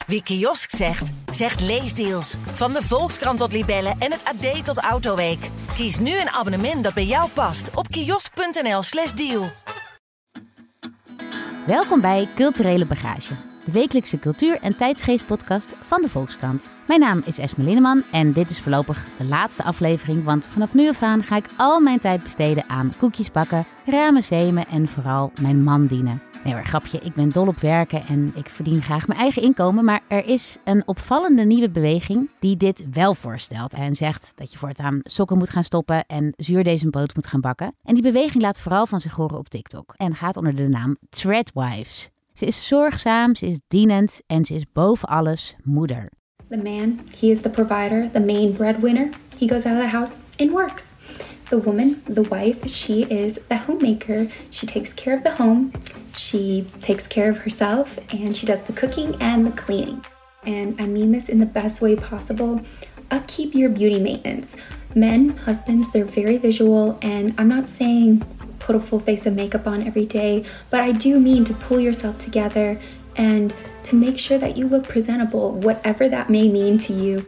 Wie kiosk zegt, zegt leesdeals. Van de Volkskrant tot Libellen en het AD tot Autoweek. Kies nu een abonnement dat bij jou past op kiosk.nl/deal. Welkom bij Culturele Bagage, de wekelijkse cultuur- en tijdsgeestpodcast van de Volkskrant. Mijn naam is Esme Linneman en dit is voorlopig de laatste aflevering, want vanaf nu af aan ga ik al mijn tijd besteden aan koekjes bakken, ramen zemen en vooral mijn man dienen. Nee hoor, grapje, ik ben dol op werken en ik verdien graag mijn eigen inkomen, maar er is een opvallende nieuwe beweging die dit wel voorstelt en zegt dat je voortaan sokken moet gaan stoppen en zuurdesembrood moet gaan bakken. En die beweging laat vooral van zich horen op TikTok en gaat onder de naam Threadwives. Ze is zorgzaam, ze is dienend en ze is boven alles moeder. The man, he is the provider, the main breadwinner. He goes out of the house and works. The woman, the wife, she is the homemaker. She takes care of the home. She takes care of herself and she does the cooking and the cleaning. And I mean this in the best way possible. Upkeep your beauty maintenance. Men, husbands, they're very visual, and I'm not saying put a full face of makeup on every day, but I do mean to pull yourself together and to make sure that you look presentable, whatever that may mean to you.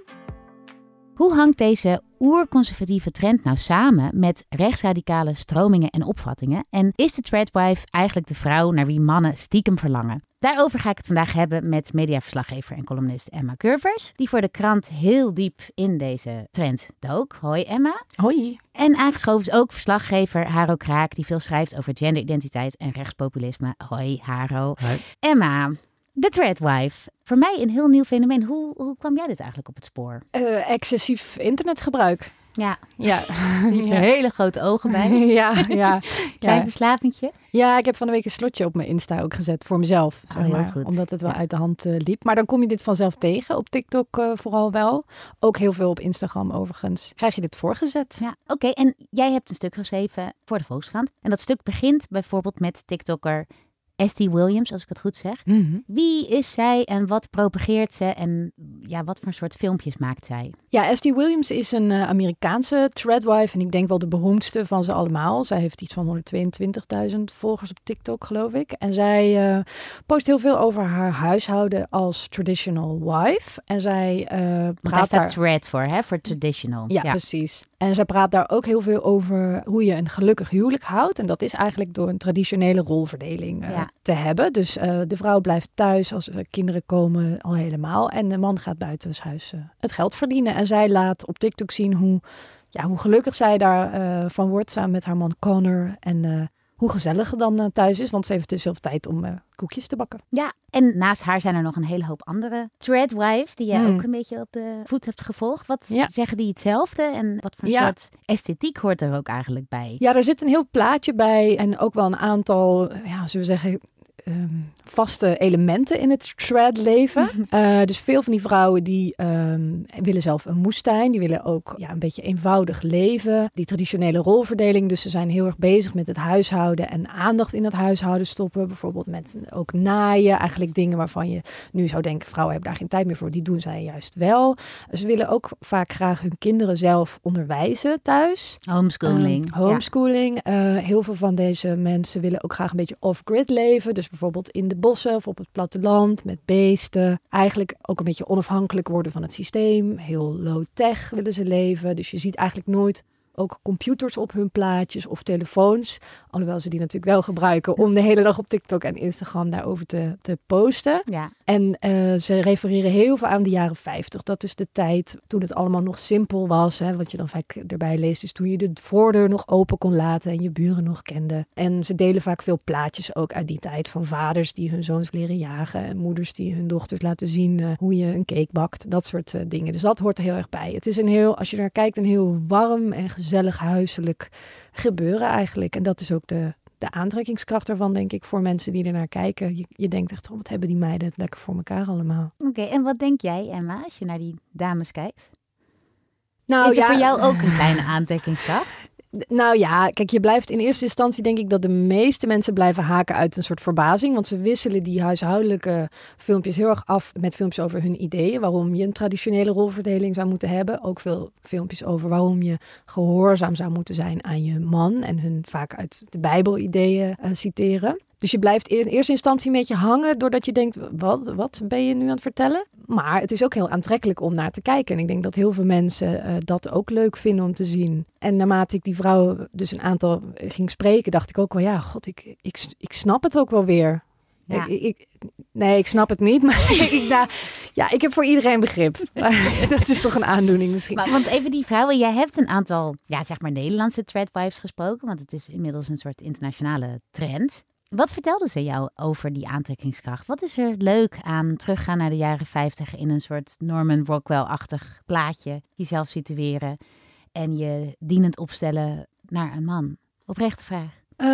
Hoe hangt deze oerconservatieve trend nou samen met rechtsradicale stromingen en opvattingen? En is de Threadwife eigenlijk de vrouw naar wie mannen stiekem verlangen? Daarover ga ik het vandaag hebben met mediaverslaggever en columnist Emma Curvers, die voor de krant heel diep in deze trend dook. Hoi Emma. Hoi. En aangeschoven is ook verslaggever Haro Kraak, die veel schrijft over genderidentiteit en rechtspopulisme. Hoi Haro. Hoi. Emma, de Threadwife. Voor mij een heel nieuw fenomeen. Hoe kwam jij dit eigenlijk op het spoor? Excessief internetgebruik. Ja. Je hebt er hele grote ogen bij. ja. Klein verslavingje. Ja, ik heb van de week een slotje op mijn Insta ook gezet voor mezelf. Zeg maar, heel goed. Omdat het wel uit de hand liep. Maar dan kom je dit vanzelf tegen. Op TikTok vooral wel. Ook heel veel op Instagram overigens. Krijg je dit voorgezet. Ja, oké. En jij hebt een stuk geschreven voor de Volkskrant. En dat stuk begint bijvoorbeeld met TikToker Esty Williams, als ik het goed zeg. Mm-hmm. Wie is zij en wat propageert ze en ja, wat voor soort filmpjes maakt zij? Ja, Esty Williams is een Amerikaanse Threadwife en ik denk wel de beroemdste van ze allemaal. Zij heeft iets van 122.000 volgers op TikTok, geloof ik. En zij post heel veel over haar huishouden als traditional wife. En zij praat daar thread voor, hè? Voor traditional. Ja, precies. En zij praat daar ook heel veel over hoe je een gelukkig huwelijk houdt. En dat is eigenlijk door een traditionele rolverdeling te hebben. Dus de vrouw blijft thuis als er kinderen komen al helemaal. En de man gaat buitenshuis het geld verdienen. En zij laat op TikTok zien hoe gelukkig zij daar van wordt samen met haar man Connor. En hoe gezellig het dan thuis is. Want ze heeft dus zelf tijd om koekjes te bakken. Ja, en naast haar zijn er nog een hele hoop andere Threadwives die jij ook een beetje op de voet hebt gevolgd. Wat zeggen die hetzelfde? En wat voor soort esthetiek hoort er ook eigenlijk bij? Ja, er zit een heel plaatje bij en ook wel een aantal, zullen we zeggen, vaste elementen in het thread-leven. Dus veel van die vrouwen die willen zelf een moestuin. Die willen ook een beetje eenvoudig leven. Die traditionele rolverdeling. Dus ze zijn heel erg bezig met het huishouden en aandacht in het huishouden stoppen. Bijvoorbeeld met ook naaien. Eigenlijk dingen waarvan je nu zou denken, vrouwen hebben daar geen tijd meer voor. Die doen zij juist wel. Ze willen ook vaak graag hun kinderen zelf onderwijzen thuis. Homeschooling. Heel veel van deze mensen willen ook graag een beetje off-grid leven. Dus bijvoorbeeld in de bossen of op het platteland met beesten. Eigenlijk ook een beetje onafhankelijk worden van het systeem. Heel low-tech willen ze leven. Dus je ziet eigenlijk nooit ook computers op hun plaatjes of telefoons. Alhoewel ze die natuurlijk wel gebruiken om de hele dag op TikTok en Instagram daarover te posten. Ja. En ze refereren heel veel aan de jaren 50. Dat is de tijd toen het allemaal nog simpel was. Hè, wat je dan vaak erbij leest is toen je de voordeur nog open kon laten en je buren nog kende. En ze delen vaak veel plaatjes ook uit die tijd van vaders die hun zoons leren jagen. En moeders die hun dochters laten zien hoe je een cake bakt. Dat soort dingen. Dus dat hoort er heel erg bij. Het is als je naar kijkt, een heel warm en gezellig huiselijk gebeuren eigenlijk. En dat is ook de aantrekkingskracht ervan, denk ik, voor mensen die ernaar kijken. Je denkt echt, wat hebben die meiden het lekker voor elkaar allemaal. Oké, en wat denk jij, Emma, als je naar die dames kijkt? Nou, is er voor jou ook een kleine aantrekkingskracht? Nou ja, kijk, je blijft in eerste instantie, denk ik, dat de meeste mensen blijven haken uit een soort verbazing. Want ze wisselen die huishoudelijke filmpjes heel erg af met filmpjes over hun ideeën. Waarom je een traditionele rolverdeling zou moeten hebben. Ook veel filmpjes over waarom je gehoorzaam zou moeten zijn aan je man. En hun vaak uit de Bijbel ideeën citeren. Dus je blijft in eerste instantie een beetje hangen doordat je denkt, wat ben je nu aan het vertellen? Maar het is ook heel aantrekkelijk om naar te kijken. En ik denk dat heel veel mensen dat ook leuk vinden om te zien. En naarmate ik die vrouw dus een aantal ging spreken, dacht ik ook wel, ja, god, ik snap het ook wel weer. Ja. Ik snap het niet, maar ik heb voor iedereen begrip. Dat is toch een aandoening misschien. Maar, want even die vrouwen, jij hebt een aantal, zeg maar Nederlandse threadwives gesproken, want het is inmiddels een soort internationale trend. Wat vertelden ze jou over die aantrekkingskracht? Wat is er leuk aan teruggaan naar de jaren 50 in een soort Norman Rockwell-achtig plaatje, jezelf situeren en je dienend opstellen naar een man? Oprechte vraag.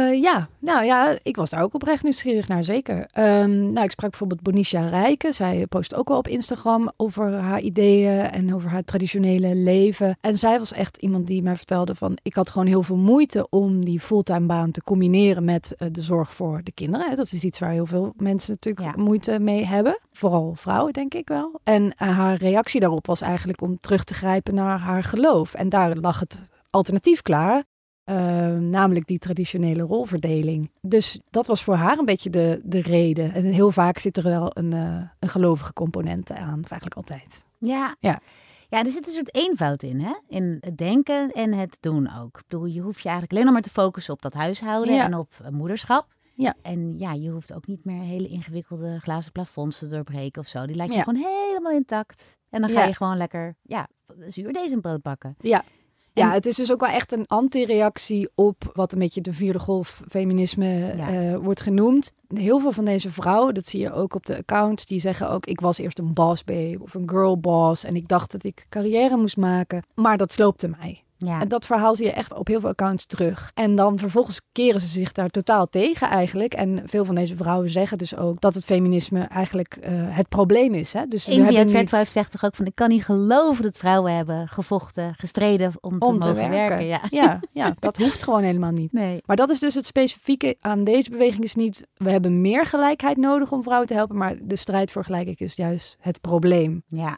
Ik was daar ook oprecht nieuwsgierig naar, zeker. Ik sprak bijvoorbeeld Bonisha Rijken. Zij post ook wel op Instagram over haar ideeën en over haar traditionele leven. En zij was echt iemand die mij vertelde van, ik had gewoon heel veel moeite om die fulltime baan te combineren met de zorg voor de kinderen. Dat is iets waar heel veel mensen natuurlijk moeite mee hebben. Vooral vrouwen, denk ik wel. En haar reactie daarop was eigenlijk om terug te grijpen naar haar geloof. En daar lag het alternatief klaar. Namelijk die traditionele rolverdeling. Dus dat was voor haar een beetje de reden. En heel vaak zit er wel een gelovige component aan. Of eigenlijk altijd. Ja, er zit een soort eenvoud in, hè? In het denken en het doen ook. Ik bedoel, je hoeft je eigenlijk alleen nog maar te focussen op dat huishouden en op moederschap. Ja. En je hoeft ook niet meer hele ingewikkelde glazen plafonds te doorbreken of zo. Die lijkt je gewoon helemaal intact. En dan ga je gewoon lekker, zuurdesembrood bakken. Ja, het is dus ook wel echt een anti-reactie op wat een beetje de vierde golf feminisme wordt genoemd. Heel veel van deze vrouwen, dat zie je ook op de accounts, die zeggen ook, ik was eerst een boss babe of een girl boss en ik dacht dat ik carrière moest maken, maar dat sloopte mij. Ja. En dat verhaal zie je echt op heel veel accounts terug. En dan vervolgens keren ze zich daar totaal tegen eigenlijk. En veel van deze vrouwen zeggen dus ook dat het feminisme eigenlijk het probleem is. Hè? Dus een van Threadwife zegt toch ook van, ik kan niet geloven dat vrouwen hebben gevochten, gestreden om te mogen werken. Ja, dat hoeft gewoon helemaal niet. Nee. Maar dat is dus het specifieke aan deze beweging is niet, we hebben meer gelijkheid nodig om vrouwen te helpen, maar de strijd voor gelijkheid is juist het probleem. Ja.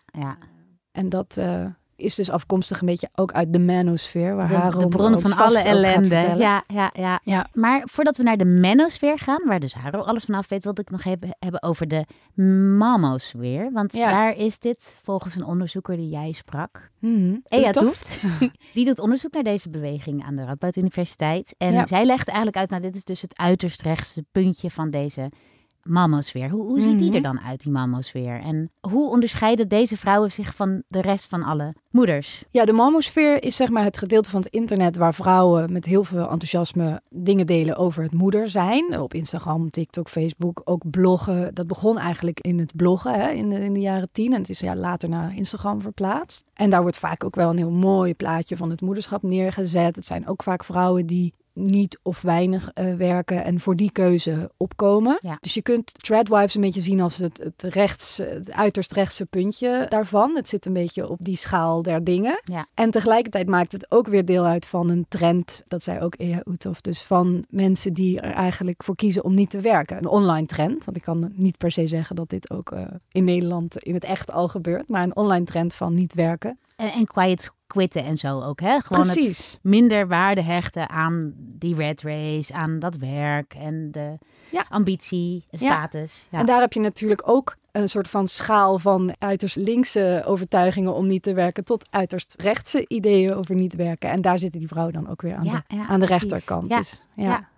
En dat is dus afkomstig een beetje ook uit de manosfeer. Waar de bron van alle ellende. Ja. Maar voordat we naar de manosfeer gaan, waar dus Haro alles vanaf weet, wilde ik nog hebben over de mamosfeer. Want daar is dit volgens een onderzoeker die jij sprak. Ea Toeft. Die doet onderzoek naar deze beweging aan de Radboud Universiteit. En zij legt eigenlijk uit, dit is dus het uiterst rechtse puntje van deze mamosfeer. Hoe ziet die er dan uit, die mamosfeer? En hoe onderscheiden deze vrouwen zich van de rest van alle moeders? Ja, de mamosfeer is zeg maar het gedeelte van het internet waar vrouwen met heel veel enthousiasme dingen delen over het moeder zijn. Op Instagram, TikTok, Facebook, ook bloggen. Dat begon eigenlijk in het bloggen in de jaren 10 en het is later naar Instagram verplaatst. En daar wordt vaak ook wel een heel mooi plaatje van het moederschap neergezet. Het zijn ook vaak vrouwen die niet of weinig werken en voor die keuze opkomen. Ja. Dus je kunt threadwives een beetje zien als het uiterst rechtse puntje daarvan. Het zit een beetje op die schaal der dingen. Ja. En tegelijkertijd maakt het ook weer deel uit van een trend, dat zei ook Ea Uthoff, dus van mensen die er eigenlijk voor kiezen om niet te werken. Een online trend, want ik kan niet per se zeggen dat dit ook in Nederland in het echt al gebeurt, maar een online trend van niet werken. En quiet quitten en zo ook, hè? Gewoon het minder waarde hechten aan die red race, aan dat werk en de ambitie, de status. Ja. En daar heb je natuurlijk ook een soort van schaal van uiterst linkse overtuigingen om niet te werken tot uiterst rechtse ideeën over niet werken. En daar zitten die vrouwen dan ook weer aan de rechterkant. Ja. Dus,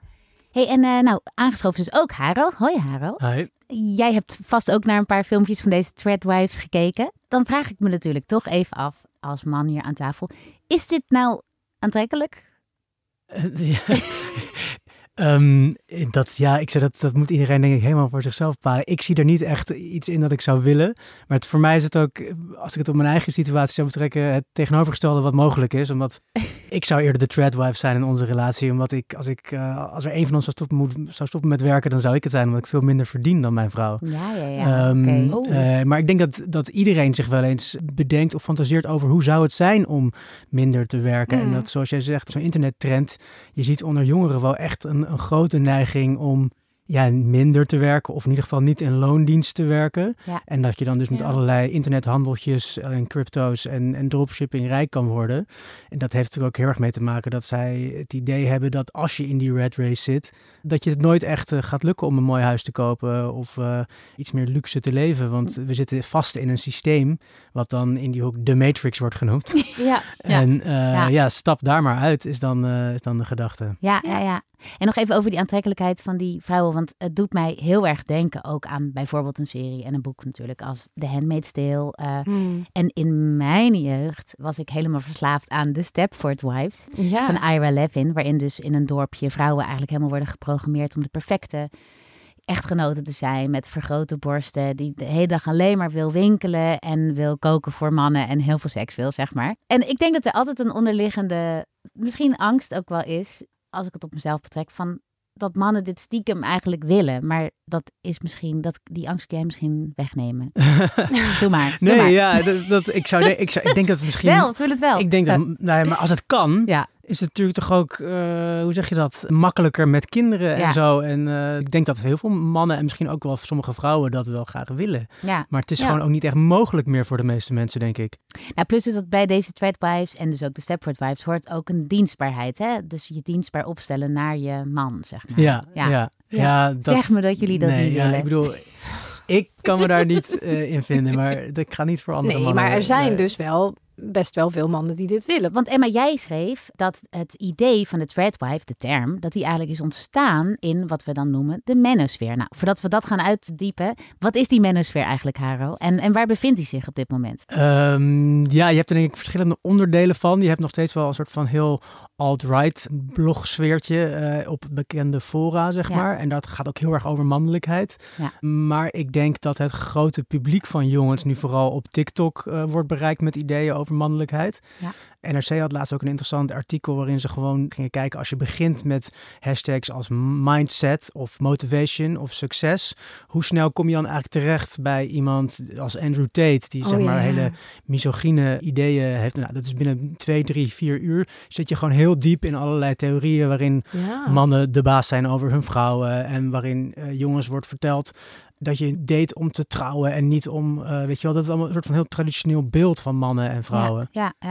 Hey, en aangeschoven dus ook Haro. Hoi Haro. Hoi. Jij hebt vast ook naar een paar filmpjes van deze threadwives gekeken. Dan vraag ik me natuurlijk toch even af, als man hier aan tafel, is dit nou aantrekkelijk? Ik zei dat moet iedereen denk ik helemaal voor zichzelf bepalen. Ik zie er niet echt iets in dat ik zou willen. Maar voor mij is het ook, als ik het op mijn eigen situatie zou betrekken, het tegenovergestelde wat mogelijk is. Omdat ik zou eerder de threadwife zijn in onze relatie. Omdat als er een van ons zou stoppen met werken, dan zou ik het zijn. Omdat ik veel minder verdien dan mijn vrouw. Maar ik denk dat iedereen zich wel eens bedenkt of fantaseert over hoe zou het zijn om minder te werken. En dat, zoals jij zegt, zo'n internettrend, je ziet onder jongeren wel echt een grote neiging om minder te werken of in ieder geval niet in loondienst te werken. Ja. En dat je dan dus met allerlei internethandeltjes en crypto's en dropshipping rijk kan worden. En dat heeft er ook heel erg mee te maken dat zij het idee hebben dat als je in die rat race zit, dat je het nooit echt gaat lukken om een mooi huis te kopen of iets meer luxe te leven. Want we zitten vast in een systeem wat dan in die hoek de Matrix wordt genoemd. Ja. En stap daar maar uit is dan de gedachte. Ja. En nog even over die aantrekkelijkheid van die vrouwen. Want het doet mij heel erg denken ook aan bijvoorbeeld een serie en een boek natuurlijk als The Handmaid's Tale. En in mijn jeugd was ik helemaal verslaafd aan The Stepford Wives van Ira Levin. Waarin dus in een dorpje vrouwen eigenlijk helemaal worden geprogrammeerd om de perfecte echtgenoten te zijn met vergrote borsten. Die de hele dag alleen maar wil winkelen en wil koken voor mannen en heel veel seks wil, zeg maar. En ik denk dat er altijd een onderliggende, misschien angst ook wel is, als ik het op mezelf betrek, van dat mannen dit stiekem eigenlijk willen. Maar dat is misschien, die angst kun jij misschien wegnemen. Doe maar. Ik denk dat het misschien... Wel, ze willen het wel. Ik denk dat, maar als het kan, is het natuurlijk toch ook, hoe zeg je dat, makkelijker met kinderen en zo. En ik denk dat heel veel mannen en misschien ook wel sommige vrouwen dat wel graag willen. Ja. Maar het is gewoon ook niet echt mogelijk meer voor de meeste mensen, denk ik. Nou, plus is dat bij deze Threadwives en dus ook de Stepford Wives hoort ook een dienstbaarheid. Hè? Dus je dienstbaar opstellen naar je man, zeg maar. Ja, zeg me dat jullie dat niet willen. Ik bedoel, ik kan me daar niet in vinden, maar ik ga niet voor andere mannen. Maar er zijn dus wel best wel veel mannen die dit willen. Want Emma, jij schreef dat het idee van de Threadwife, de term, dat die eigenlijk is ontstaan in wat we dan noemen de manosfeer. Nou, voordat we dat gaan uitdiepen, wat is die manosfeer eigenlijk, Haro? En waar bevindt hij zich op dit moment? Je hebt er denk ik verschillende onderdelen van. Je hebt nog steeds wel een soort van heel alt-right blogsfeertje op bekende fora, zeg maar. En dat gaat ook heel erg over mannelijkheid. Ja. Maar ik denk dat het grote publiek van jongens nu vooral op TikTok wordt bereikt met ideeën over mannelijkheid. Ja. NRC had laatst ook een interessant artikel waarin ze gewoon gingen kijken, als je begint met hashtags als mindset of motivation of succes, hoe snel kom je dan eigenlijk terecht bij iemand als Andrew Tate, die hele misogyne ideeën heeft. Nou, dat is binnen 2, 3, 4 uur zit je gewoon heel diep in allerlei theorieën waarin mannen de baas zijn over hun vrouwen en waarin jongens wordt verteld dat je date om te trouwen en niet om, weet je wel, dat is allemaal een soort van heel traditioneel beeld van mannen en vrouwen.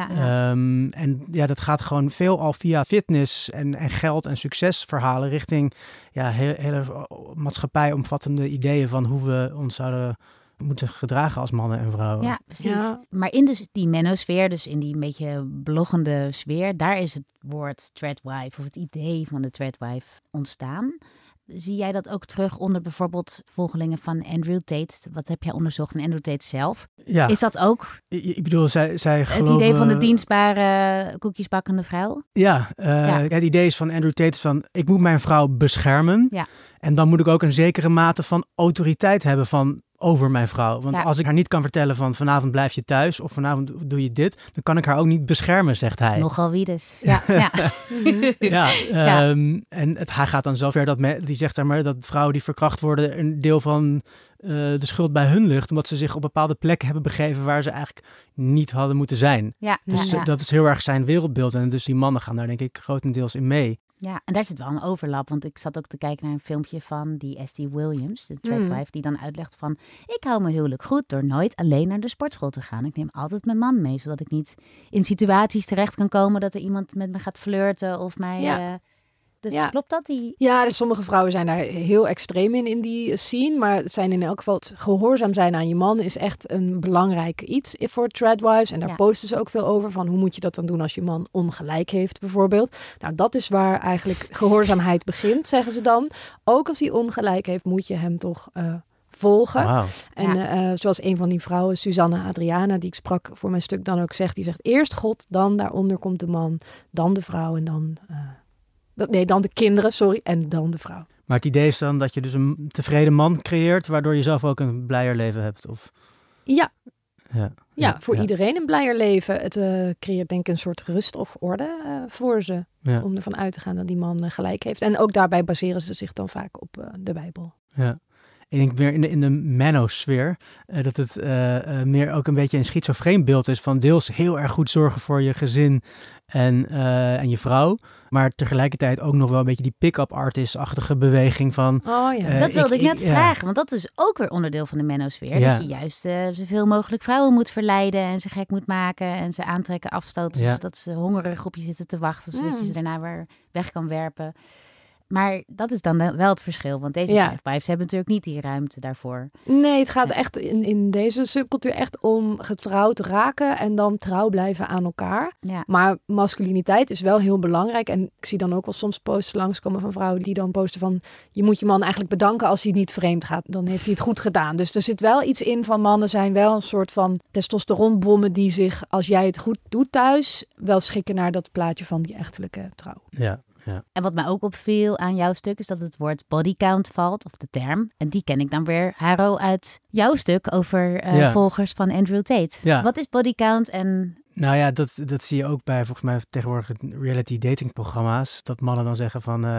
Dat gaat gewoon veel al via fitness en geld en succesverhalen richting hele maatschappijomvattende ideeën van hoe we ons zouden moeten gedragen als mannen en vrouwen. Ja, precies. Ja. Maar in dus die manosfeer, dus in die een beetje bloggende sfeer, daar is het woord Threadwife of het idee van de Threadwife ontstaan. Zie jij dat ook terug onder bijvoorbeeld volgelingen van Andrew Tate? Wat heb jij onderzocht en Andrew Tate zelf? Ja. Is dat ook ik bedoel, zij geloven... het idee van de dienstbare koekjesbakkende vrouw? Het idee is van Andrew Tate van, ik moet mijn vrouw beschermen. Ja. En dan moet ik ook een zekere mate van autoriteit hebben over mijn vrouw. Want als ik haar niet kan vertellen van vanavond blijf je thuis of vanavond doe je dit, dan kan ik haar ook niet beschermen, zegt hij. Nogal wie dus. En hij gaat dan zover dat die zegt dat vrouwen die verkracht worden een deel van de schuld bij hun ligt, omdat ze zich op bepaalde plekken hebben begeven waar ze eigenlijk niet hadden moeten zijn. Dat is heel erg zijn wereldbeeld en dus die mannen gaan daar denk ik grotendeels in mee. Ja, en daar zit wel een overlap, want ik zat ook te kijken naar een filmpje van die Esty Williams, de Threadwife, die dan uitlegt van, ik hou me huwelijk goed door nooit alleen naar de sportschool te gaan. Ik neem altijd mijn man mee, zodat ik niet in situaties terecht kan komen dat er iemand met me gaat flirten of mij... Dus klopt dat? Ja, dus sommige vrouwen zijn daar heel extreem in die scene. Maar het zijn in elk geval het gehoorzaam zijn aan je man is echt een belangrijk iets voor Threadwives. En daar posten ze ook veel over van hoe moet je dat dan doen als je man ongelijk heeft bijvoorbeeld. Nou, dat is waar eigenlijk gehoorzaamheid begint, zeggen ze dan. Ook als hij ongelijk heeft, moet je hem toch volgen. Wow. En zoals een van die vrouwen, Susanna Adriana, die ik sprak voor mijn stuk dan ook zegt, die zegt eerst God, dan daaronder komt de man, dan de vrouw en dan... dan de kinderen, en dan de vrouw. Maar het idee is dan dat je dus een tevreden man creëert, waardoor je zelf ook een blijer leven hebt? Of... Ja, voor iedereen een blijer leven. Het creëert denk ik een soort rust of orde voor ze. Ja. Om ervan uit te gaan dat die man gelijk heeft. En ook daarbij baseren ze zich dan vaak op de Bijbel. Ja. Ik denk meer in de manosfeer. Dat het meer ook een beetje een schizofreen beeld is van deels heel erg goed zorgen voor je gezin en je vrouw. Maar tegelijkertijd ook nog wel een beetje die pick-up artist-achtige beweging van... Dat wilde ik net vragen, want dat is ook weer onderdeel van de manosfeer. Ja. Dat je juist zoveel mogelijk vrouwen moet verleiden en ze gek moet maken en ze aantrekken, afstoten, zodat ze hongerig op je zitten te wachten, zodat je ze daarna weer weg kan werpen. Maar dat is dan wel het verschil, want deze Threadwives hebben natuurlijk niet die ruimte daarvoor. Nee, het gaat echt in deze subcultuur echt om getrouwd raken en dan trouw blijven aan elkaar. Ja. Maar masculiniteit is wel heel belangrijk. En ik zie dan ook wel soms posts langskomen van vrouwen die dan posten van... je moet je man eigenlijk bedanken als hij niet vreemd gaat. Dan heeft hij het goed gedaan. Dus er zit wel iets in van mannen zijn wel een soort van testosteronbommen die zich, als jij het goed doet thuis, wel schikken naar dat plaatje van die echtelijke trouw. Ja. Ja. En wat mij ook opviel aan jouw stuk is dat het woord bodycount valt, of de term. En die ken ik dan weer, Haro, uit jouw stuk over volgers van Andrew Tate. Ja. Wat is bodycount en... Nou ja, dat zie je ook bij volgens mij tegenwoordig reality dating programma's. Dat mannen dan zeggen van,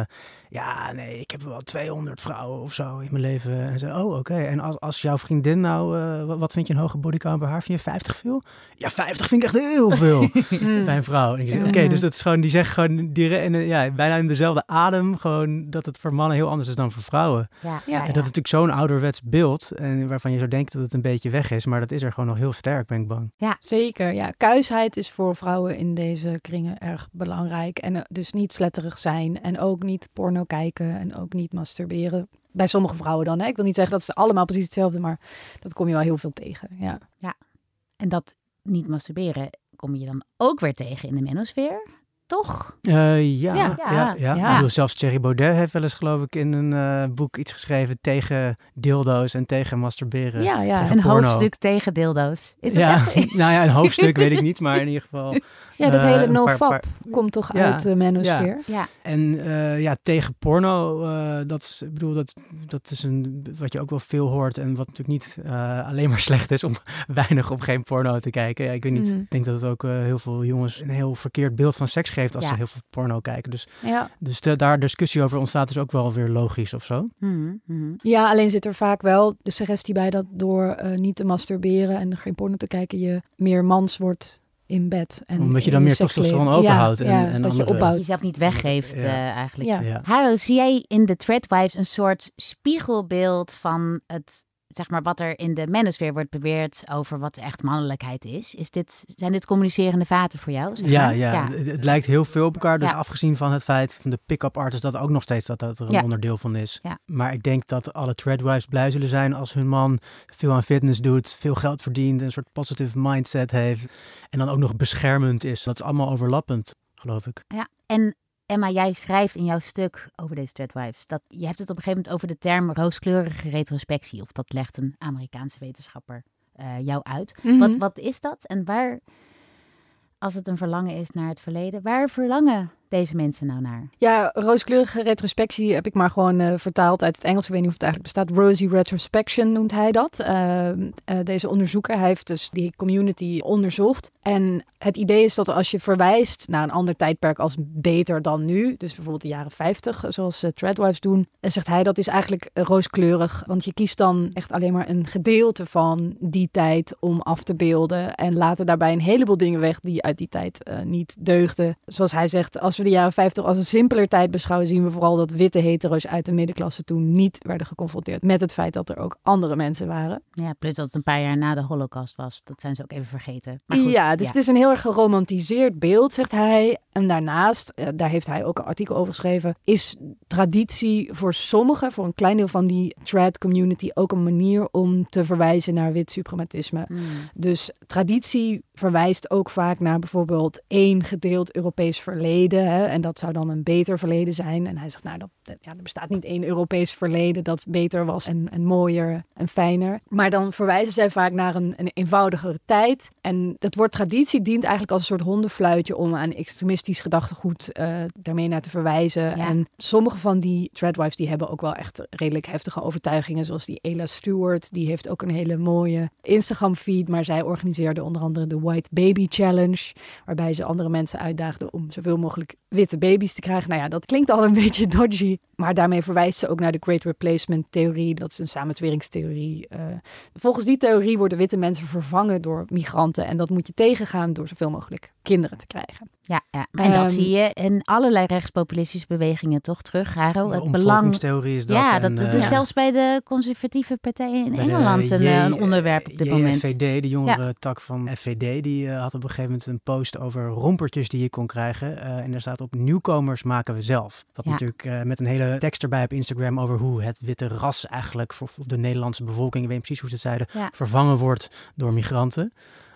ik heb wel 200 vrouwen of zo in mijn leven. En ze, oké. En als jouw vriendin nou, wat vind je een hoge bodycount bij haar? Vind je 50 veel? Ja, 50 vind ik echt heel veel bij een vrouw. En ik zeg, oké, dus dat is gewoon, die zeggen gewoon bijna in dezelfde adem gewoon dat het voor mannen heel anders is dan voor vrouwen. Ja. En dat is natuurlijk zo'n ouderwets beeld en waarvan je zou denken dat het een beetje weg is. Maar dat is er gewoon nog heel sterk, ben ik bang. Ja, zeker. Ja, kuisheid is voor vrouwen in deze kringen erg belangrijk. En dus niet sletterig zijn en ook niet porno kijken en ook niet masturberen. Bij sommige vrouwen dan. Hè? Ik wil niet zeggen dat ze allemaal precies hetzelfde, maar dat kom je wel heel veel tegen. Ja. En dat niet masturberen kom je dan ook weer tegen in de manosfeer, toch? Ja. Ik bedoel, zelfs Thierry Baudet heeft wel eens, geloof ik, in een boek iets geschreven tegen dildo's en tegen masturberen. Tegen een porno. hoofdstuk tegen dildo's. Is dat echt? Nou ja, een hoofdstuk weet ik niet, maar in ieder geval... Ja, dat hele nofap komt toch uit de manosfeer. Ja. En tegen porno, dat is wat je ook wel veel hoort en wat natuurlijk niet alleen maar slecht is om weinig of geen porno te kijken. Ja, ik weet niet, ik denk dat het ook heel veel jongens een heel verkeerd beeld van seks geeft als ze heel veel porno kijken. Dus daar discussie over ontstaat is ook wel weer logisch of zo. Ja, alleen zit er vaak wel de suggestie bij dat door niet te masturberen en geen porno te kijken je meer mans wordt in bed. En omdat je dan meer testosteron overhoudt. En dat je opbouwt. Jezelf niet weggeeft eigenlijk. Ja. Haro, zie jij in de Threadwives een soort spiegelbeeld van het, zeg maar, wat er in de manosfeer wordt beweerd over wat echt mannelijkheid is? Zijn dit communicerende vaten voor jou? Zeg maar? Ja. Het lijkt heel veel op elkaar. Dus afgezien van het feit van de pick-up artist dat ook nog steeds dat er een onderdeel van is. Ja. Maar ik denk dat alle Threadwives blij zullen zijn als hun man veel aan fitness doet, veel geld verdient, een soort positive mindset heeft en dan ook nog beschermend is. Dat is allemaal overlappend, geloof ik. Ja, en Emma, jij schrijft in jouw stuk over deze Threadwives dat je hebt het op een gegeven moment over de term rooskleurige retrospectie. Of dat legt een Amerikaanse wetenschapper jou uit. Wat is dat? En waar, als het een verlangen is naar het verleden, waar verlangen deze mensen nou naar? Ja, rooskleurige retrospectie heb ik maar gewoon vertaald uit het Engels. Ik weet niet of het eigenlijk bestaat. Rosy retrospection noemt hij dat. Deze onderzoeker, hij heeft dus die community onderzocht. En het idee is dat als je verwijst naar een ander tijdperk als beter dan nu, dus bijvoorbeeld de jaren 50, zoals Threadwives doen, en zegt hij dat is eigenlijk rooskleurig. Want je kiest dan echt alleen maar een gedeelte van die tijd om af te beelden en laten daarbij een heleboel dingen weg die uit die tijd niet deugden. Zoals hij zegt, als we de jaren 50 als een simpeler tijd beschouwen, zien we vooral dat witte hetero's uit de middenklasse toen niet werden geconfronteerd met het feit dat er ook andere mensen waren. Ja, plus dat het een paar jaar na de Holocaust was. Dat zijn ze ook even vergeten. Maar goed, dus het is een heel erg geromantiseerd beeld, zegt hij. En daarnaast, daar heeft hij ook een artikel over geschreven, is traditie voor sommigen, voor een klein deel van die trad community, ook een manier om te verwijzen naar wit suprematisme. Dus traditie verwijst ook vaak naar bijvoorbeeld één gedeeld Europees verleden. Hè, en dat zou dan een beter verleden zijn. En hij zegt, er bestaat niet één Europees verleden dat beter was en mooier en fijner. Maar dan verwijzen zij vaak naar een eenvoudigere tijd. En het woord traditie dient eigenlijk als een soort hondenfluitje om aan extremistisch gedachtegoed daarmee naar te verwijzen. Ja. En sommige van die Threadwives die hebben ook wel echt redelijk heftige overtuigingen. Zoals die Ella Stewart, die heeft ook een hele mooie Instagram feed. Maar zij organiseerde onder andere de White Baby Challenge, waarbij ze andere mensen uitdaagden om zoveel mogelijk witte baby's te krijgen. Nou ja, dat klinkt al een beetje dodgy. Maar daarmee verwijst ze ook naar de Great Replacement theorie. Dat is een samenzweringstheorie. Volgens die theorie worden witte mensen vervangen door migranten. En dat moet je tegengaan door zoveel mogelijk kinderen te krijgen. Ja. En dat zie je in allerlei rechtspopulistische bewegingen toch terug, Haro. De omvolkingstheorie is dat. Ja, dat is zelfs bij de conservatieve partijen in Engeland een onderwerp op dit moment. FVD, de jongere tak van FVD, die had op een gegeven moment een post over rompertjes die je kon krijgen. En daar staat op: nieuwkomers maken we zelf. Wat natuurlijk met een hele tekst erbij op Instagram over hoe het witte ras eigenlijk voor de Nederlandse bevolking, ik weet niet precies hoe ze het zeiden, vervangen wordt door migranten.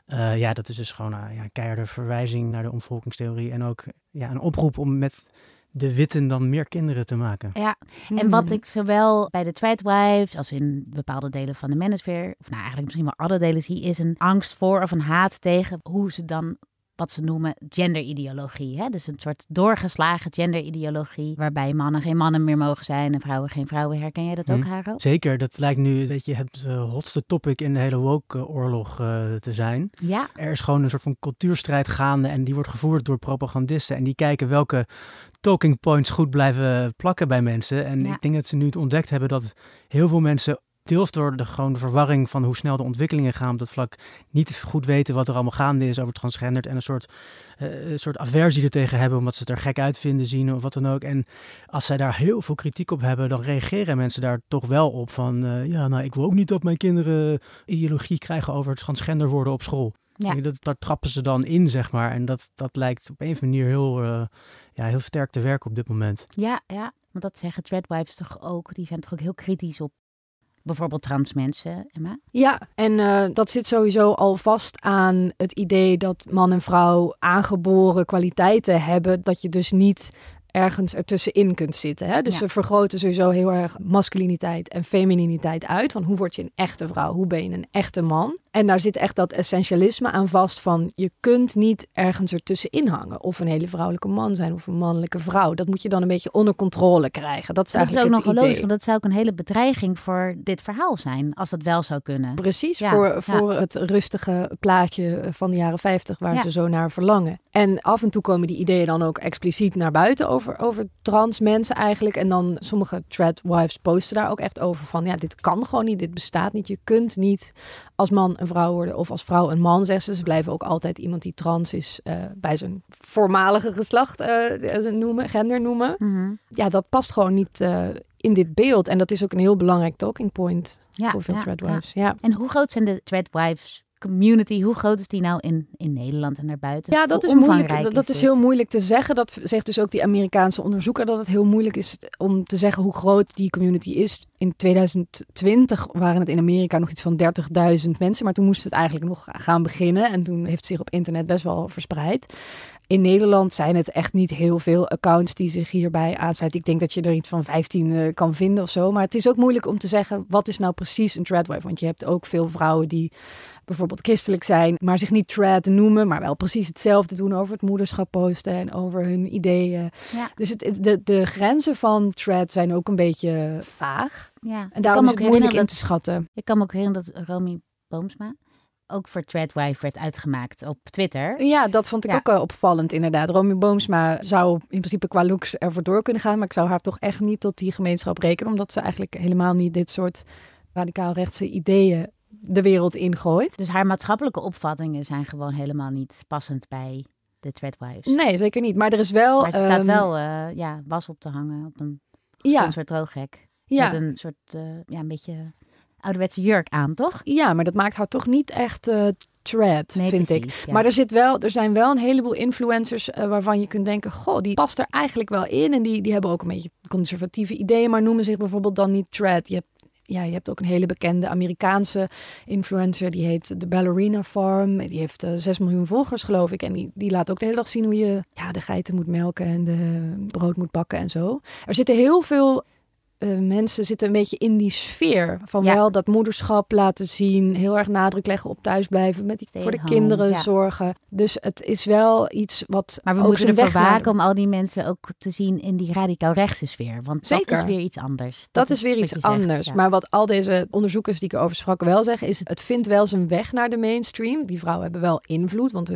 Dat is dus gewoon een keiharde verwijzing naar de omvolkingstheorie. En ook een oproep om met de witten dan meer kinderen te maken. Ja, en wat ik zowel bij de Tradwives als in bepaalde delen van de manosphere, of eigenlijk misschien wel alle delen zie, is een angst voor of een haat tegen hoe ze dan wat ze noemen genderideologie. Hè? Dus een soort doorgeslagen genderideologie, waarbij mannen geen mannen meer mogen zijn en vrouwen geen vrouwen. Herken jij dat ook, Haro? Zeker, dat lijkt nu het hotste topic in de hele woke-oorlog te zijn. Ja. Er is gewoon een soort van cultuurstrijd gaande en die wordt gevoerd door propagandisten en die kijken welke talking points goed blijven plakken bij mensen. En ik denk dat ze nu ontdekt hebben dat heel veel mensen, deels door de verwarring van hoe snel de ontwikkelingen gaan op dat vlak, niet goed weten wat er allemaal gaande is over transgender en een soort aversie er tegen hebben omdat ze het er gek uit vinden, zien of wat dan ook. En als zij daar heel veel kritiek op hebben, dan reageren mensen daar toch wel op van ik wil ook niet dat mijn kinderen ideologie krijgen over het transgender worden op school. Ja. Daar trappen ze dan in, zeg maar. En dat lijkt op een of andere manier heel sterk te werken op dit moment. Ja, want dat zeggen Tradwives toch ook. Die zijn toch ook heel kritisch op bijvoorbeeld trans mensen, Emma? Ja, en dat zit sowieso al vast aan het idee dat man en vrouw aangeboren kwaliteiten hebben, dat je dus niet ergens ertussenin kunt zitten. Hè? Dus ze vergroten sowieso heel erg masculiniteit en femininiteit uit. Van hoe word je een echte vrouw? Hoe ben je een echte man? En daar zit echt dat essentialisme aan vast van je kunt niet ergens ertussenin hangen. Of een hele vrouwelijke man zijn of een mannelijke vrouw. Dat moet je dan een beetje onder controle krijgen. Dat is eigenlijk ook het nog idee. logisch, want dat zou ook een hele bedreiging voor dit verhaal zijn. Als dat wel zou kunnen. Precies, voor het rustige plaatje van de jaren 50 waar ze zo naar verlangen. En af en toe komen die ideeën dan ook expliciet naar buiten over trans mensen eigenlijk. En dan sommige tradwives posten daar ook echt over van dit kan gewoon niet, dit bestaat niet. Je kunt niet als man een vrouw worden of als vrouw een man, zeggen ze. Ze blijven ook altijd iemand die trans is bij zijn voormalige geslacht gender noemen. Mm-hmm. Ja, dat past gewoon niet in dit beeld. En dat is ook een heel belangrijk talking point voor veel tradwives. Ja. En hoe groot zijn de tradwives community? Hoe groot is die nou in Nederland en daarbuiten? Ja, dat is moeilijk. Dat is heel moeilijk te zeggen. Dat zegt dus ook die Amerikaanse onderzoeker, dat het heel moeilijk is om te zeggen hoe groot die community is. In 2020 waren het in Amerika nog iets van 30.000 mensen, maar toen moesten we het eigenlijk nog gaan beginnen. En toen heeft het zich op internet best wel verspreid. In Nederland zijn het echt niet heel veel accounts die zich hierbij aansluiten. Ik denk dat je er iets van 15 kan vinden of zo. Maar het is ook moeilijk om te zeggen, wat is nou precies een tradwife? Want je hebt ook veel vrouwen die bijvoorbeeld christelijk zijn, maar zich niet trad noemen, maar wel precies hetzelfde doen over het moederschap posten en over hun ideeën. Ja. Dus de grenzen van trad zijn ook een beetje vaag. Ja. En daarom is het moeilijk in te schatten. Ik kan me ook herinneren dat Romy Boomsma ook voor tradwife werd uitgemaakt op Twitter. Ja, dat vond ik ook opvallend inderdaad. Romy Boomsma zou in principe qua looks ervoor door kunnen gaan, maar ik zou haar toch echt niet tot die gemeenschap rekenen, omdat ze eigenlijk helemaal niet dit soort radicaal rechtse ideeën de wereld ingooit. Dus haar maatschappelijke opvattingen zijn gewoon helemaal niet passend bij de tradwives. Nee, zeker niet. Maar er is wel... Maar ze staat wel was op te hangen op een soort drooghek. Ja. Met een soort, een beetje ouderwetse jurk aan, toch? Ja, maar dat maakt haar toch niet echt trad, nee, vind precies, ik. Ja. Maar er zijn wel een heleboel influencers waarvan je kunt denken, goh, die past er eigenlijk wel in. En die hebben ook een beetje conservatieve ideeën, maar noemen zich bijvoorbeeld dan niet trad. Je hebt ook een hele bekende Amerikaanse influencer, die heet The Ballerina Farm. Die heeft 6 miljoen volgers, geloof ik. En die laat ook de hele dag zien hoe je de geiten moet melken en de brood moet bakken en zo. Er zitten heel veel mensen zitten een beetje in die sfeer van wel dat moederschap laten zien, heel erg nadruk leggen op thuisblijven, voor de kinderen zorgen. Dus het is wel iets wat. Maar we moeten ervoor waken om al die mensen ook te zien in die radicaal rechtse sfeer, want zeker. Dat is weer iets anders. Dat is weer iets anders. Ja. Maar wat al deze onderzoekers die ik erover sprak wel zeggen, is het vindt wel zijn weg naar de mainstream. Die vrouwen hebben wel invloed, want hun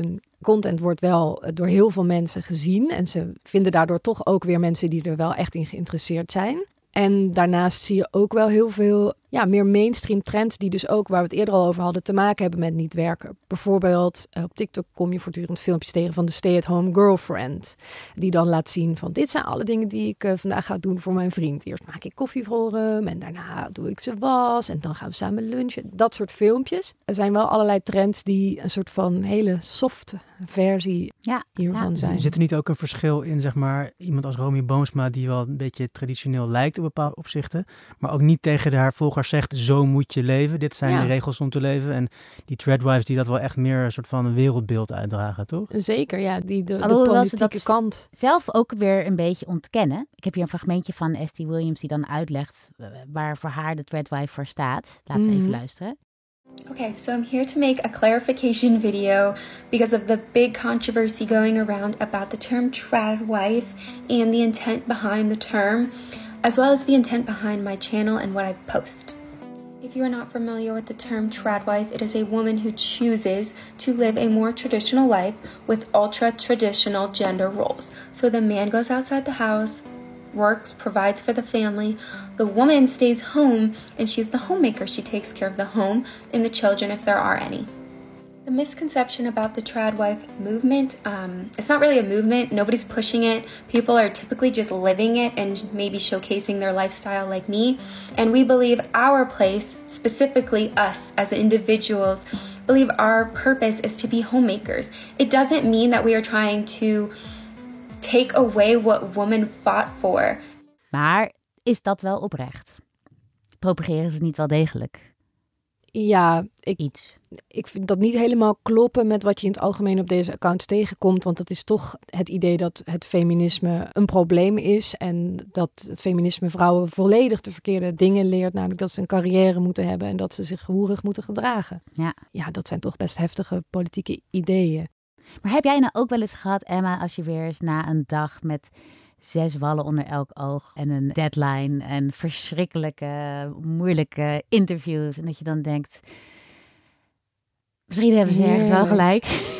content wordt wel door heel veel mensen gezien. En ze vinden daardoor toch ook weer mensen die er wel echt in geïnteresseerd zijn. En daarnaast zie je ook wel heel veel meer mainstream trends die dus ook, waar we het eerder al over hadden, te maken hebben met niet werken. Bijvoorbeeld op TikTok kom je voortdurend filmpjes tegen van de stay-at-home girlfriend. Die dan laat zien van dit zijn alle dingen die ik vandaag ga doen voor mijn vriend. Eerst maak ik koffie voor hem en daarna doe ik zijn was en dan gaan we samen lunchen. Dat soort filmpjes. Er zijn wel allerlei trends die een soort van hele softe versie hiervan zijn. Zit er niet ook een verschil in, zeg maar, iemand als Romy Boomsma die wel een beetje traditioneel lijkt op bepaalde opzichten, maar ook niet tegen haar volgers zegt, zo moet je leven. Dit zijn de regels om te leven. En die Threadwives die dat wel echt meer een soort van een wereldbeeld uitdragen, toch? Zeker, ja. De politieke kant. Zelf ook weer een beetje ontkennen. Ik heb hier een fragmentje van St. Williams die dan uitlegt waar voor haar de Threadwife voor staat. Laten we even luisteren. Okay, so I'm here to make a clarification video because of the big controversy going around about the term tradwife and the intent behind the term, as well as the intent behind my channel and what I post. If you are not familiar with the term tradwife, it is a woman who chooses to live a more traditional life with ultra-traditional gender roles. So the man goes outside the house, works, provides for the family. The woman stays home and she's the homemaker. She takes care of the home and the children if there are any. The misconception about the tradwife movement, it's not really a movement. Nobody's pushing it. People are typically just living it and maybe showcasing their lifestyle like me. And we believe our place, specifically us as individuals, believe our purpose is to be homemakers. It doesn't mean that we are trying to take away what women fought for. Maar is dat wel oprecht? Propageren ze het niet wel degelijk? Ja, Ik vind dat niet helemaal kloppen met wat je in het algemeen op deze accounts tegenkomt. Want dat is toch het idee dat het feminisme een probleem is. En dat het feminisme vrouwen volledig de verkeerde dingen leert. Namelijk dat ze een carrière moeten hebben en dat ze zich hoerig moeten gedragen. Ja, dat zijn toch best heftige politieke ideeën. Maar heb jij nou ook wel eens gehad, Emma, als je weer eens na een dag met 6 wallen onder elk oog en een deadline en verschrikkelijke, moeilijke interviews. En dat je dan denkt, misschien hebben ze ergens wel gelijk.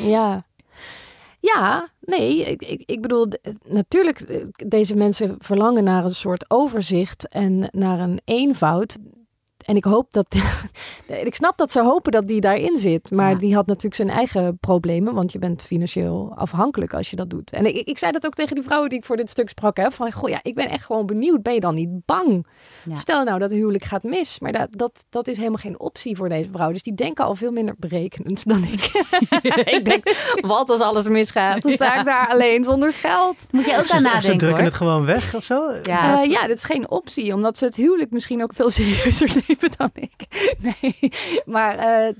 Ja, nee, ik bedoel, natuurlijk, deze mensen verlangen naar een soort overzicht en naar een eenvoud. En ik hoop dat, ik snap dat ze hopen dat die daarin zit. Maar die had natuurlijk zijn eigen problemen. Want je bent financieel afhankelijk als je dat doet. En ik zei dat ook tegen die vrouwen die ik voor dit stuk sprak. Hè, van, goh, ja, ik ben echt gewoon benieuwd. Ben je dan niet bang? Ja. Stel nou dat het huwelijk gaat mis. Maar dat is helemaal geen optie voor deze vrouw. Dus die denken al veel minder berekenend dan ik. Ik denk, wat als alles misgaat? Dan sta ik daar alleen zonder geld. Moet je ook aan nadenken, ze drukken het gewoon weg of zo? Ja, dat is geen optie. Omdat ze het huwelijk misschien ook veel serieuzer nemen dan ik. Nee, maar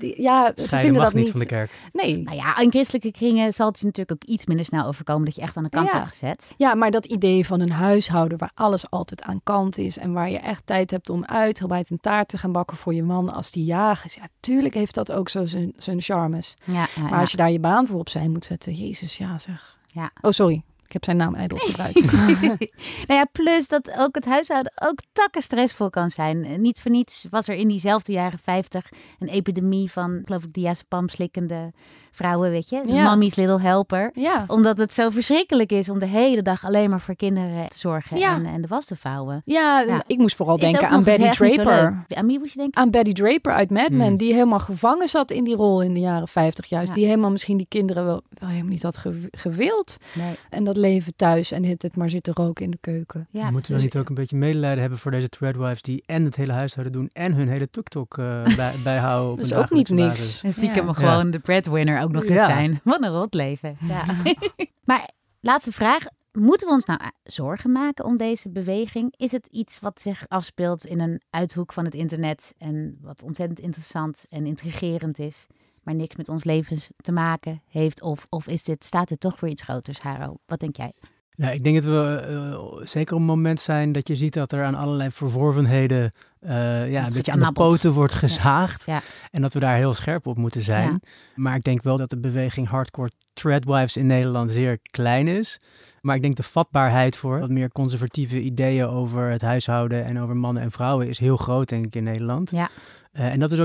ze vinden dat niet van de kerk. Nee. Nou ja, in christelijke kringen zal het je natuurlijk ook iets minder snel overkomen dat je echt aan de kant wordt gezet. Ja, maar dat idee van een huishouden waar alles altijd aan kant is en waar je echt tijd hebt om uitgebreid een taart te gaan bakken voor je man als die jarig is. Ja, tuurlijk heeft dat ook zo zijn charmes. Maar als je daar je baan voor opzij moet zetten, Jezus, ja zeg. Ja. Oh, sorry. Ik heb zijn naam ijdel gebruikt. Nou ja, plus dat ook het huishouden ook takken stressvol kan zijn. Niet voor niets was er in diezelfde jaren 50 een epidemie van, geloof ik, diazepam slikkende vrouwen, weet je. Mommy's Little Helper. Ja. Omdat het zo verschrikkelijk is om de hele dag alleen maar voor kinderen te zorgen en de was te vouwen. Ja, ik moest vooral denken aan Betty Draper. Aan wie moest je denken? Aan Betty Draper uit Mad Men, die helemaal gevangen zat in die rol in de jaren 50 juist. Die helemaal misschien die kinderen wel helemaal niet had gewild. Nee. En dat leven thuis en het maar zitten roken in de keuken. Ja, moeten we dan niet ook een beetje medelijden hebben voor deze Threadwives die en het hele huishouden doen en hun hele TikTok bijhouden op dat is een ook niet niks. Basis. En stiekem gewoon de breadwinner ook nog eens zijn. Wat een rot leven. Ja. Maar laatste vraag. Moeten we ons nou zorgen maken om deze beweging? Is het iets wat zich afspeelt in een uithoek van het internet en wat ontzettend interessant en intrigerend is, maar niks met ons levens te maken heeft? Of staat het toch voor iets groters, Haro? Wat denk jij? Nou, ik denk dat we zeker op een moment zijn dat je ziet dat er aan allerlei verworvenheden een beetje aan de poten wordt gezaagd. Ja. En dat we daar heel scherp op moeten zijn. Ja. Maar ik denk wel dat de beweging hardcore Threadwives in Nederland zeer klein is. Maar ik denk de vatbaarheid voor wat meer conservatieve ideeën over het huishouden en over mannen en vrouwen is heel groot, denk ik, in Nederland. Ja. En dat is ook niet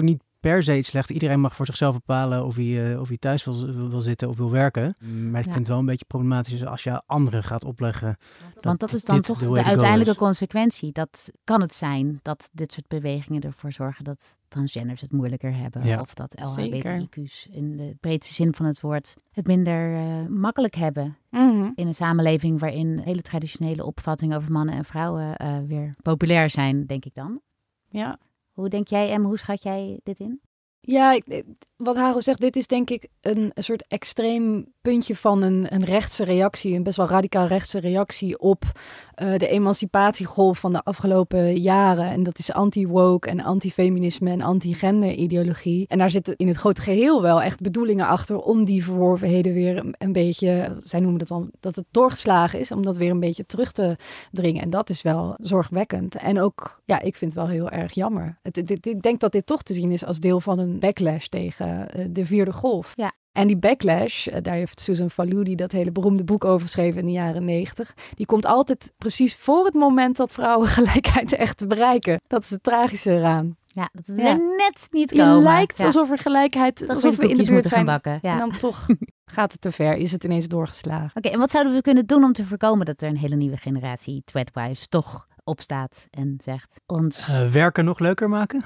per se iets slecht. Iedereen mag voor zichzelf bepalen of hij thuis wil zitten of wil werken. Maar ik vind het wel een beetje problematisch als je anderen gaat opleggen. Want dat is dan toch de uiteindelijke consequentie. Dat kan het zijn dat dit soort bewegingen ervoor zorgen dat transgenders het moeilijker hebben. Ja. Of dat LHBTIQ's in de breedste zin van het woord het minder makkelijk hebben. Mm-hmm. In een samenleving waarin hele traditionele opvattingen over mannen en vrouwen weer populair zijn, denk ik dan. Ja. Hoe denk jij, Em, hoe schat jij dit in? Ja, wat Haro zegt, dit is denk ik een soort extreem puntje van een rechtse reactie, een best wel radicaal rechtse reactie op de emancipatiegolf van de afgelopen jaren. En dat is anti-woke en anti-feminisme en anti-gender-ideologie. En daar zitten in het grote geheel wel echt bedoelingen achter om die verworvenheden weer een beetje, zij noemen dat dan, dat het doorgeslagen is, om dat weer een beetje terug te dringen. En dat is wel zorgwekkend. En ook, ja, ik vind het wel heel erg jammer. Ik denk dat dit toch te zien is als deel van een backlash tegen de vierde golf. Ja. En die backlash, daar heeft Susan Faludi dat hele beroemde boek over geschreven in de jaren 90. Die komt altijd precies voor het moment dat vrouwengelijkheid echt te bereiken. Dat is het tragische eraan. Ja, dat we er net niet komen. Je lijkt alsof er gelijkheid, alsof we in de buurt zijn. Bakken. Ja. En dan toch gaat het te ver, is het ineens doorgeslagen. Oké, en wat zouden we kunnen doen om te voorkomen dat er een hele nieuwe generatie Threadwives toch opstaat en zegt ons... werken nog leuker maken?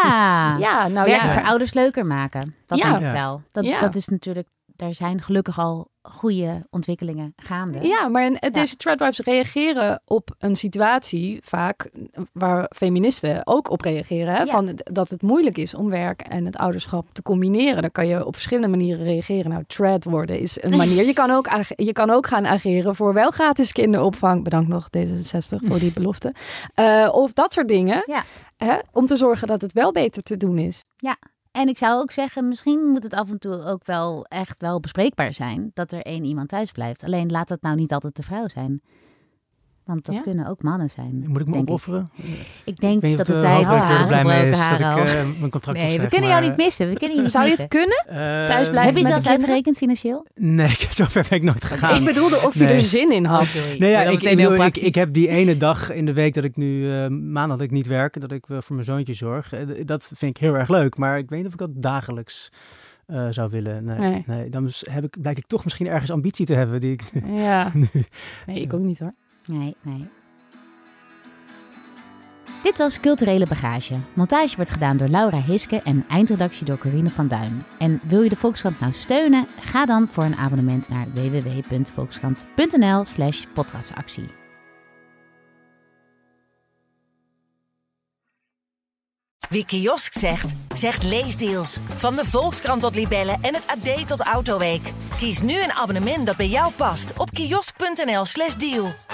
Ja, werken voor ouders leuker maken. Dat denk ik wel. Dat is natuurlijk... Daar zijn gelukkig al goede ontwikkelingen gaande. Ja, maar deze Threadwives reageren op een situatie vaak waar feministen ook op reageren. Hè? Ja. Van dat het moeilijk is om werk en het ouderschap te combineren. Dan kan je op verschillende manieren reageren. Nou, thread worden is een manier. Je kan ook gaan ageren voor wel gratis kinderopvang. Bedankt nog D66 voor die belofte. Of dat soort dingen. Ja. Hè? Om te zorgen dat het wel beter te doen is. Ja. En ik zou ook zeggen, misschien moet het af en toe ook wel echt wel bespreekbaar zijn dat er één iemand thuis blijft. Alleen laat het nou niet altijd de vrouw zijn. Want dat kunnen ook mannen zijn. Moet ik me opofferen? Ik denk dat de tijd aangebroken, Haro. Mijn contract we kunnen jou niet missen. Zou je het kunnen? Thuis blijven? Heb je het al uitgerekend financieel? Nee, zover ben ik nooit gegaan. Ik bedoelde of je er zin in had. Ik heb die ene dag in de week dat ik nu maandag dat ik niet werk, dat ik voor mijn zoontje zorg. Dat vind ik heel erg leuk. Maar ik weet niet of ik dat dagelijks zou willen. Nee. Dan blijk ik toch misschien ergens ambitie te hebben. Die ik nu... Nee, ik ook niet hoor. Nee. Dit was Culturele Bagage. Montage wordt gedaan door Laura Hiske en eindredactie door Corine van Duin. En wil je de Volkskrant nou steunen? Ga dan voor een abonnement naar www.volkskrant.nl/podcastactie. Wie kiosk zegt, zegt leesdeals. Van de Volkskrant tot Libellen en het AD tot Autoweek. Kies nu een abonnement dat bij jou past op kiosk.nl/deal.